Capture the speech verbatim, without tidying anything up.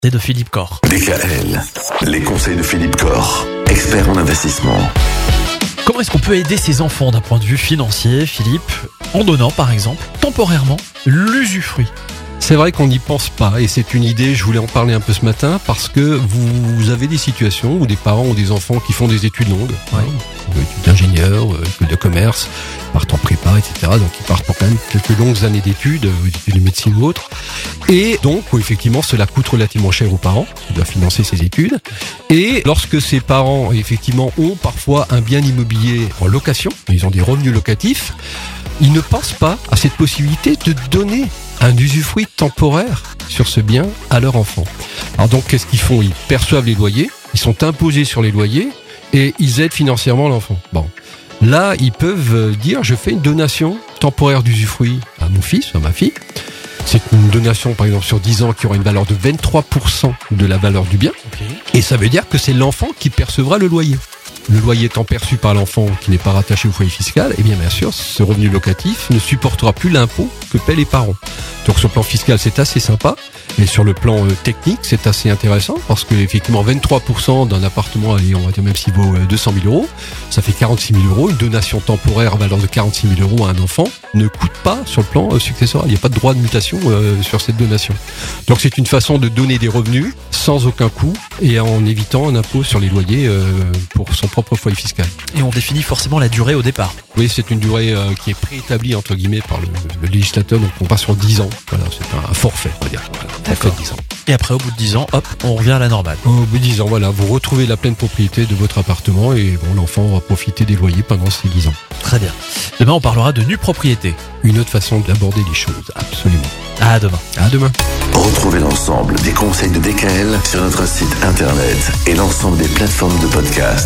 C'est de Philippe Corr. D K L, les conseils de Philippe Corr, expert en investissement. Comment est-ce qu'on peut aider ses enfants d'un point de vue financier, Philippe, en donnant par exemple, temporairement, l'usufruit? C'est vrai qu'on n'y pense pas et c'est une idée, je voulais en parler un peu ce matin parce que vous avez des situations où des parents ont des enfants qui font des études longues, Ouais. hein, études d'ingénieur, études de commerce, partent en prépa, et cetera. Donc ils partent pour quand même quelques longues années d'études, études de médecine ou autres. Et donc effectivement cela coûte relativement cher aux parents, qui doivent financer ces études. Et lorsque ces parents effectivement ont parfois un bien immobilier en location, ils ont des revenus locatifs, ils ne pensent pas à cette possibilité de donner un usufruit temporaire sur ce bien à leur enfant. Alors donc, qu'est-ce qu'ils font? Ils perçoivent les loyers, ils sont imposés sur les loyers et ils aident financièrement l'enfant. Bon, là, ils peuvent dire, je fais une donation temporaire d'usufruit à mon fils, à ma fille. C'est une donation, par exemple, sur dix ans qui aura une valeur de vingt-trois pour cent de la valeur du bien. Okay. Et ça veut dire que c'est l'enfant qui percevra le loyer. Le loyer étant perçu par l'enfant qui n'est pas rattaché au foyer fiscal, eh bien bien sûr, ce revenu locatif ne supportera plus l'impôt que paient les parents. Donc sur le plan fiscal, c'est assez sympa. Et sur le plan euh, technique, c'est assez intéressant parce que effectivement, vingt-trois pour cent d'un appartement, allez, on va dire même s'il vaut euh, deux cent mille euros, ça fait quarante-six mille euros. Une donation temporaire à valeur de quarante-six mille euros à un enfant ne coûte pas sur le plan euh, successoral. Il n'y a pas de droit de mutation euh, sur cette donation. Donc c'est une façon de donner des revenus sans aucun coût et en évitant un impôt sur les loyers euh, pour son propre foyer fiscal. Et on définit forcément la durée au départ. Oui, c'est une durée euh, qui est préétablie entre guillemets par le, le législateur, donc on passe sur dix ans. Voilà, c'est un, un forfait, on va dire. Voilà, D'accord. forfait de dix ans. Et après, au bout de dix ans, hop, on revient à la normale. Au bout de dix ans, voilà, vous retrouvez la pleine propriété de votre appartement et bon, l'enfant va profiter des loyers pendant ces dix ans. Très bien. Demain, on parlera de nue propriété. Une autre façon d'aborder les choses, absolument. À demain. À demain. Retrouvez l'ensemble des conseils de D K L sur notre site internet et l'ensemble des plateformes de podcast.